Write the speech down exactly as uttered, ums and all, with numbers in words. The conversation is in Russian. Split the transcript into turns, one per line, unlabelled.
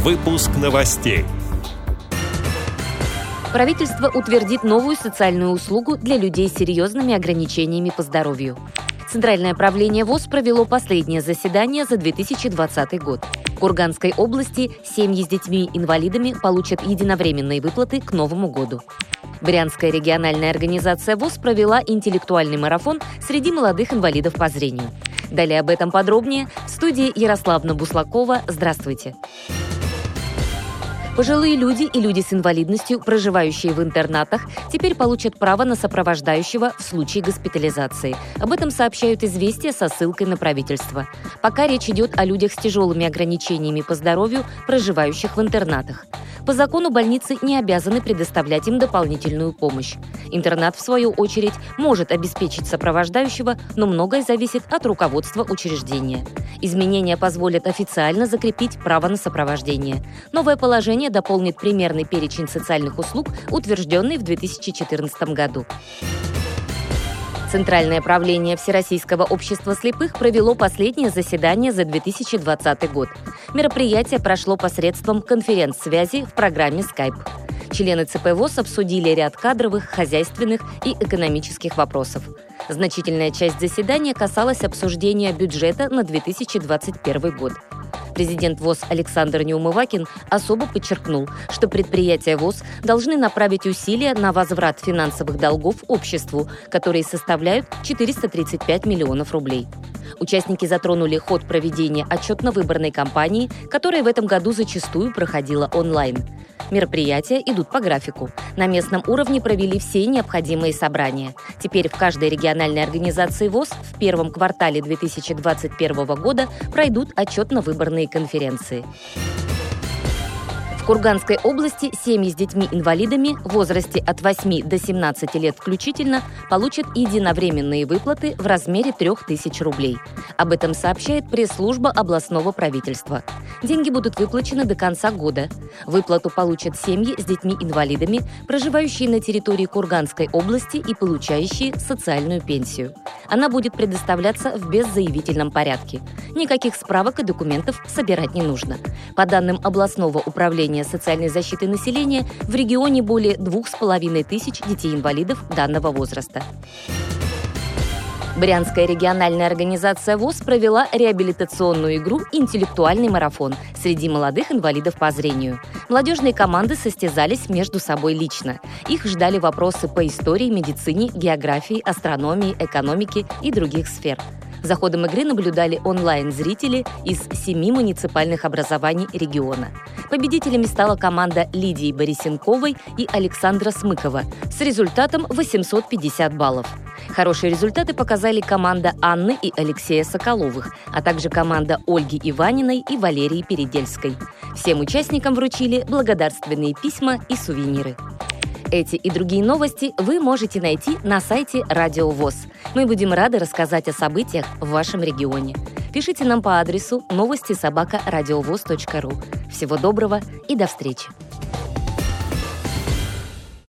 Выпуск новостей.
Правительство утвердит новую социальную услугу для людей с серьезными ограничениями по здоровью. Центральное правление ВОС провело последнее заседание за две тысячи двадцатый год. В Курганской области семьи с детьми-инвалидами получат единовременные выплаты к Новому году. Брянская региональная организация ВОС провела интеллектуальный марафон среди молодых инвалидов по зрению. Далее об этом подробнее в студии Ярославна Буслакова. Здравствуйте! Пожилые люди и люди с инвалидностью, проживающие в интернатах, теперь получат право на сопровождающего в случае госпитализации. Об этом сообщают «Известия» со ссылкой на правительство. Пока речь идет о людях с тяжелыми ограничениями по здоровью, проживающих в интернатах. По закону больницы не обязаны предоставлять им дополнительную помощь. Интернат, в свою очередь, может обеспечить сопровождающего, но многое зависит от руководства учреждения. Изменения позволят официально закрепить право на сопровождение. Новое положение дополнит примерный перечень социальных услуг, утвержденный в две тысячи четырнадцатом году. Центральное правление Всероссийского общества слепых провело последнее заседание за две тысячи двадцатый год. Мероприятие прошло посредством конференц-связи в программе Skype. Члены ЦП ВОС обсудили ряд кадровых, хозяйственных и экономических вопросов. Значительная часть заседания касалась обсуждения бюджета на две тысячи двадцать первый год. Президент ВОС Александр Неумывакин особо подчеркнул, что предприятия ВОС должны направить усилия на возврат финансовых долгов обществу, которые составляют четыреста тридцать пять миллионов рублей. Участники затронули ход проведения отчетно-выборной кампании, которая в этом году зачастую проходила онлайн. Мероприятия идут по графику. На местном уровне провели все необходимые собрания. Теперь в каждой региональной организации ВОС в первом квартале две тысячи двадцать первого года пройдут отчетно-выборные конференции. В Курганской области семьи с детьми-инвалидами в возрасте от восьми до семнадцати лет включительно получат единовременные выплаты в размере трёх тысяч рублей. Об этом сообщает пресс-служба областного правительства. Деньги будут выплачены до конца года. Выплату получат семьи с детьми-инвалидами, проживающие на территории Курганской области и получающие социальную пенсию. Она будет предоставляться в беззаявительном порядке. Никаких справок и документов собирать не нужно. По данным областного управления социальной защиты населения, в регионе более двух с половиной тысяч детей-инвалидов данного возраста. Брянская региональная организация ВОС провела реабилитационную игру «Интеллектуальный марафон» среди молодых инвалидов по зрению. Молодежные команды состязались между собой лично. Их ждали вопросы по истории, медицине, географии, астрономии, экономике и других сфер. За ходом игры наблюдали онлайн-зрители из семи муниципальных образований региона. Победителями стала команда Лидии Борисенковой и Александра Смыкова с результатом восемьсот пятьдесят баллов. Хорошие результаты показали команда Анны и Алексея Соколовых, а также команда Ольги Иваниной и Валерии Передельской. Всем участникам вручили благодарственные письма и сувениры. Эти и другие новости вы можете найти на сайте Радио ВОС. Мы будем рады рассказать о событиях в вашем регионе. Пишите нам по адресу новости собака радиовос точка ру. Всего доброго и до встречи!